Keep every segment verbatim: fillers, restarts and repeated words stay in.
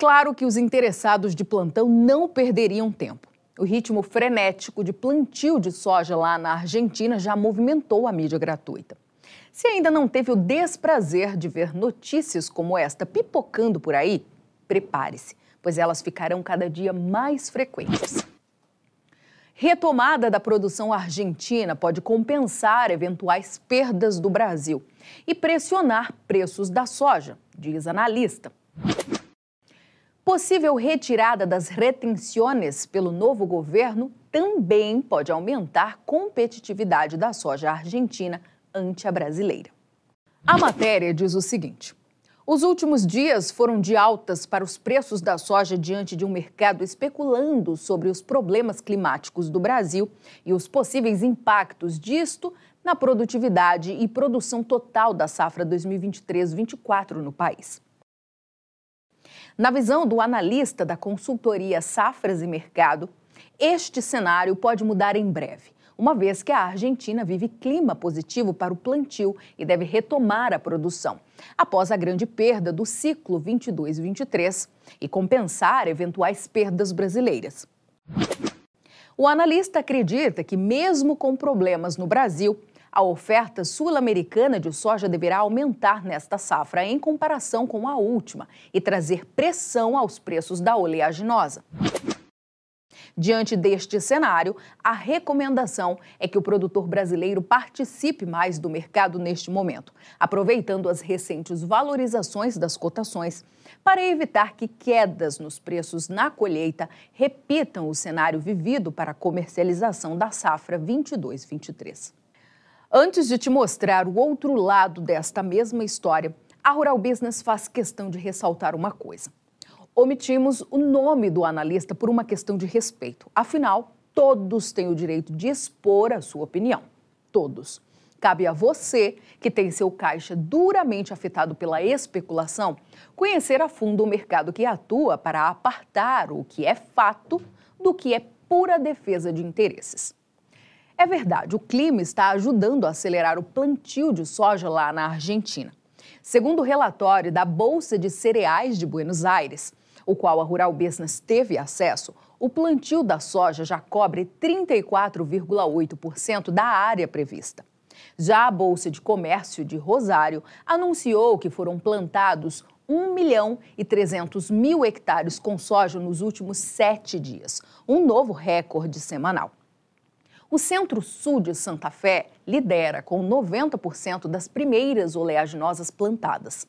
claro que os interessados de plantão não perderiam tempo. O ritmo frenético de plantio de soja lá na Argentina já movimentou a mídia gratuita. Se ainda não teve o desprazer de ver notícias como esta pipocando por aí, prepare-se, pois elas ficarão cada dia mais frequentes. Retomada da produção argentina pode compensar eventuais perdas do Brasil e pressionar preços da soja, diz analista. Possível retirada das retenções pelo novo governo também pode aumentar a competitividade da soja argentina ante a brasileira. A matéria diz o seguinte: os últimos dias foram de altas para os preços da soja diante de um mercado especulando sobre os problemas climáticos do Brasil e os possíveis impactos disto na produtividade e produção total da safra dois mil e vinte e três vinte e quatro no país. Na visão do analista da consultoria Safras e Mercado, este cenário pode mudar em breve, uma vez que a Argentina vive clima positivo para o plantio e deve retomar a produção, após a grande perda do ciclo vinte e dois vinte e três e compensar eventuais perdas brasileiras. O analista acredita que, mesmo com problemas no Brasil, a oferta sul-americana de soja deverá aumentar nesta safra em comparação com a última e trazer pressão aos preços da oleaginosa. Diante deste cenário, a recomendação é que o produtor brasileiro participe mais do mercado neste momento, aproveitando as recentes valorizações das cotações, para evitar que quedas nos preços na colheita repitam o cenário vivido para a comercialização da safra vinte e dois vinte e três. Antes de te mostrar o outro lado desta mesma história, a Rural Business faz questão de ressaltar uma coisa. Omitimos o nome do analista por uma questão de respeito. Afinal, todos têm o direito de expor a sua opinião. Todos. Cabe a você, que tem seu caixa duramente afetado pela especulação, conhecer a fundo o mercado que atua para apartar o que é fato do que é pura defesa de interesses. É verdade, o clima está ajudando a acelerar o plantio de soja lá na Argentina. Segundo o relatório da Bolsa de Cereais de Buenos Aires, o qual a Rural Business teve acesso, o plantio da soja já cobre trinta e quatro vírgula oito por cento da área prevista. Já a Bolsa de Comércio de Rosário anunciou que foram plantados um milhão e trezentos mil hectares com soja nos últimos sete dias, um novo recorde semanal. O Centro-Sul de Santa Fé lidera com noventa por cento das primeiras oleaginosas plantadas.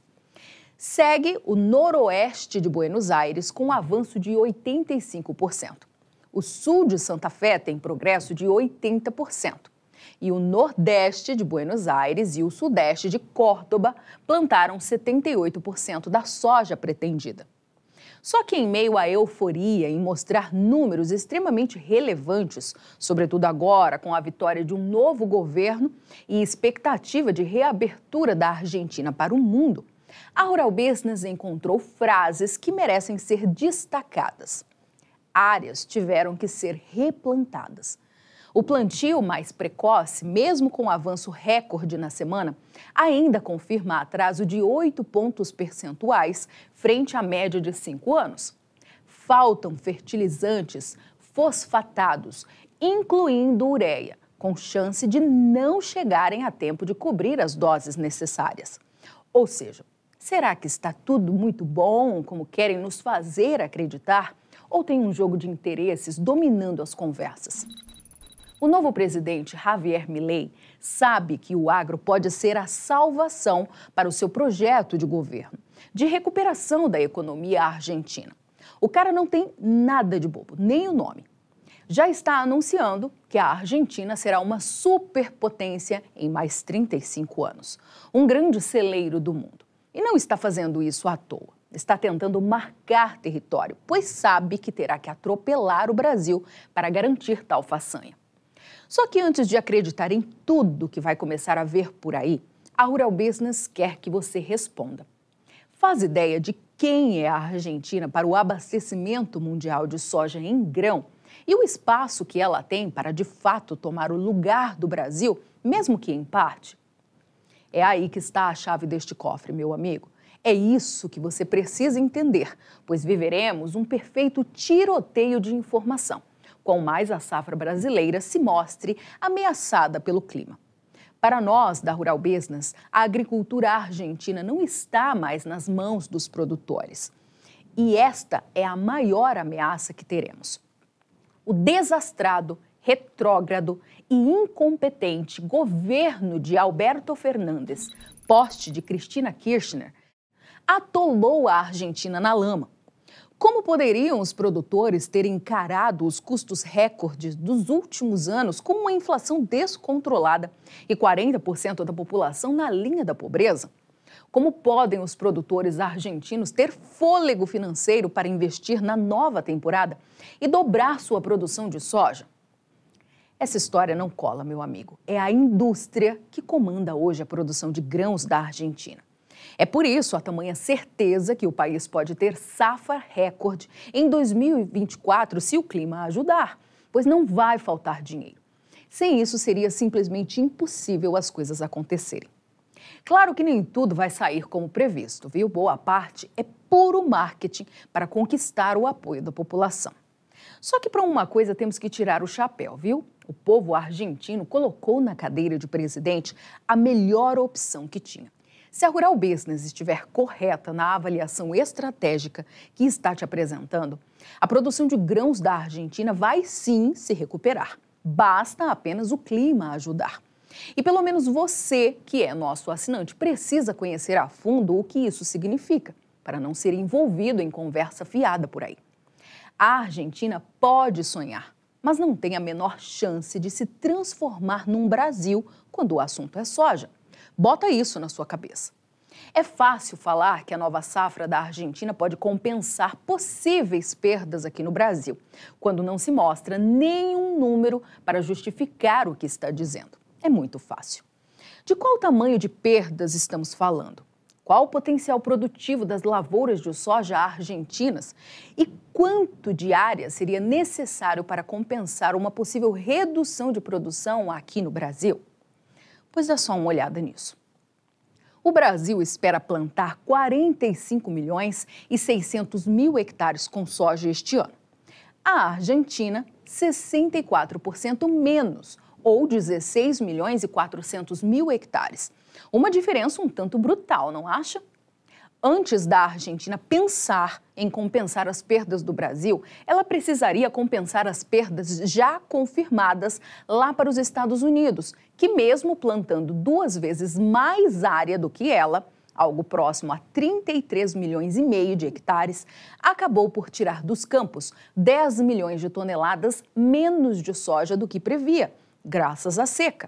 Segue o Noroeste de Buenos Aires com um avanço de oitenta e cinco por cento. O Sul de Santa Fé tem progresso de oitenta por cento. E o Nordeste de Buenos Aires e o Sudeste de Córdoba plantaram setenta e oito por cento da soja pretendida. Só que em meio à euforia em mostrar números extremamente relevantes, sobretudo agora com a vitória de um novo governo e expectativa de reabertura da Argentina para o mundo, a Rural Business encontrou frases que merecem ser destacadas. Áreas tiveram que ser replantadas. O plantio mais precoce, mesmo com o avanço recorde na semana, ainda confirma atraso de oito pontos percentuais frente à média de cinco anos. Faltam fertilizantes fosfatados, incluindo ureia, com chance de não chegarem a tempo de cobrir as doses necessárias. Ou seja, será que está tudo muito bom, como querem nos fazer acreditar? Ou tem um jogo de interesses dominando as conversas? O novo presidente Javier Milei sabe que o agro pode ser a salvação para o seu projeto de governo, de recuperação da economia argentina. O cara não tem nada de bobo, nem o nome. Já está anunciando que a Argentina será uma superpotência em mais trinta e cinco anos, um grande celeiro do mundo. E não está fazendo isso à toa. Está tentando marcar território, pois sabe que terá que atropelar o Brasil para garantir tal façanha. Só que antes de acreditar em tudo que vai começar a ver por aí, a Rural Business quer que você responda. Faz ideia de quem é a Argentina para o abastecimento mundial de soja em grão e o espaço que ela tem para, de fato, tomar o lugar do Brasil, mesmo que em parte? É aí que está a chave deste cofre, meu amigo. É isso que você precisa entender, pois viveremos um perfeito tiroteio de informação, quanto mais a safra brasileira se mostre ameaçada pelo clima. Para nós, da Rural Business, a agricultura argentina não está mais nas mãos dos produtores. E esta é a maior ameaça que teremos. O desastrado, retrógrado e incompetente governo de Alberto Fernandes, poste de Cristina Kirchner, atolou a Argentina na lama. Como poderiam os produtores ter encarado os custos recordes dos últimos anos com uma inflação descontrolada e quarenta por cento da população na linha da pobreza? Como podem os produtores argentinos ter fôlego financeiro para investir na nova temporada e dobrar sua produção de soja? Essa história não cola, meu amigo. É a indústria que comanda hoje a produção de grãos da Argentina. É por isso a tamanha certeza que o país pode ter safra recorde em dois mil e vinte e quatro se o clima ajudar, pois não vai faltar dinheiro. Sem isso, seria simplesmente impossível as coisas acontecerem. Claro que nem tudo vai sair como previsto, viu? Boa parte é puro marketing para conquistar o apoio da população. Só que para uma coisa temos que tirar o chapéu, viu? O povo argentino colocou na cadeira de presidente a melhor opção que tinha. Se a Rural Business estiver correta na avaliação estratégica que está te apresentando, a produção de grãos da Argentina vai sim se recuperar. Basta apenas o clima ajudar. E pelo menos você, que é nosso assinante, precisa conhecer a fundo o que isso significa, para não ser envolvido em conversa fiada por aí. A Argentina pode sonhar, mas não tem a menor chance de se transformar num Brasil quando o assunto é soja. Bota isso na sua cabeça. É fácil falar que a nova safra da Argentina pode compensar possíveis perdas aqui no Brasil, quando não se mostra nenhum número para justificar o que está dizendo. É muito fácil. De qual tamanho de perdas estamos falando? Qual o potencial produtivo das lavouras de soja argentinas? E quanto de área seria necessário para compensar uma possível redução de produção aqui no Brasil? Pois dá só uma olhada nisso. O Brasil espera plantar quarenta e cinco milhões e seiscentos mil hectares com soja este ano. A Argentina, sessenta e quatro por cento menos, ou dezesseis milhões e quatrocentos mil hectares. Uma diferença um tanto brutal, não acha? Antes da Argentina pensar em compensar as perdas do Brasil, ela precisaria compensar as perdas já confirmadas lá para os Estados Unidos, que mesmo plantando duas vezes mais área do que ela, algo próximo a trinta e três milhões e meio de hectares, acabou por tirar dos campos dez milhões de toneladas menos de soja do que previa, graças à seca.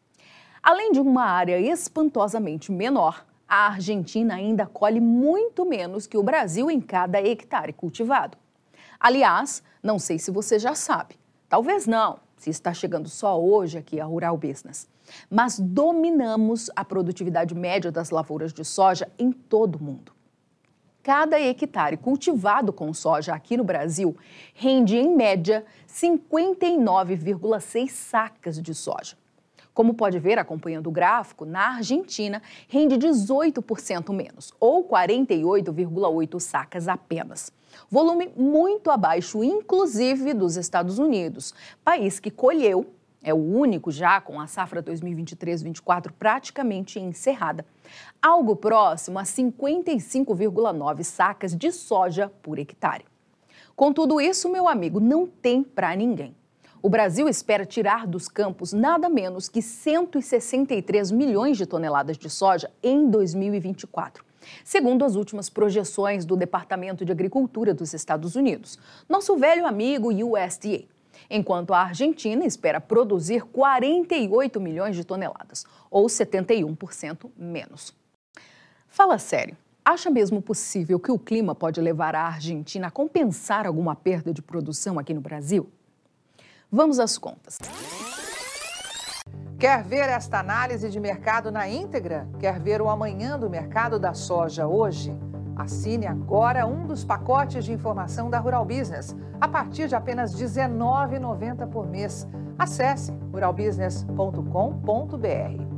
Além de uma área espantosamente menor, a Argentina ainda colhe muito menos que o Brasil em cada hectare cultivado. Aliás, não sei se você já sabe, talvez não, se está chegando só hoje aqui a Rural Business, mas dominamos a produtividade média das lavouras de soja em todo o mundo. Cada hectare cultivado com soja aqui no Brasil rende, em média, cinquenta e nove vírgula seis sacas de soja. Como pode ver acompanhando o gráfico, na Argentina rende dezoito por cento menos, ou quarenta e oito vírgula oito sacas apenas. Volume muito abaixo, inclusive, dos Estados Unidos, país que colheu, é o único já com a safra dois mil e vinte e três vinte e quatro praticamente encerrada, algo próximo a cinquenta e cinco vírgula nove sacas de soja por hectare. Com tudo isso, meu amigo, não tem para ninguém. O Brasil espera tirar dos campos nada menos que cento e sessenta e três milhões de toneladas de soja em dois mil e vinte e quatro, segundo as últimas projeções do Departamento de Agricultura dos Estados Unidos, nosso velho amigo U S D A, enquanto a Argentina espera produzir quarenta e oito milhões de toneladas, ou setenta e um por cento menos. Fala sério, acha mesmo possível que o clima pode levar a Argentina a compensar alguma perda de produção aqui no Brasil? Vamos às contas. Quer ver esta análise de mercado na íntegra? Quer ver o amanhã do mercado da soja hoje? Assine agora um dos pacotes de informação da Rural Business, a partir de apenas dezenove reais e noventa centavos por mês. Acesse rural business ponto com ponto br.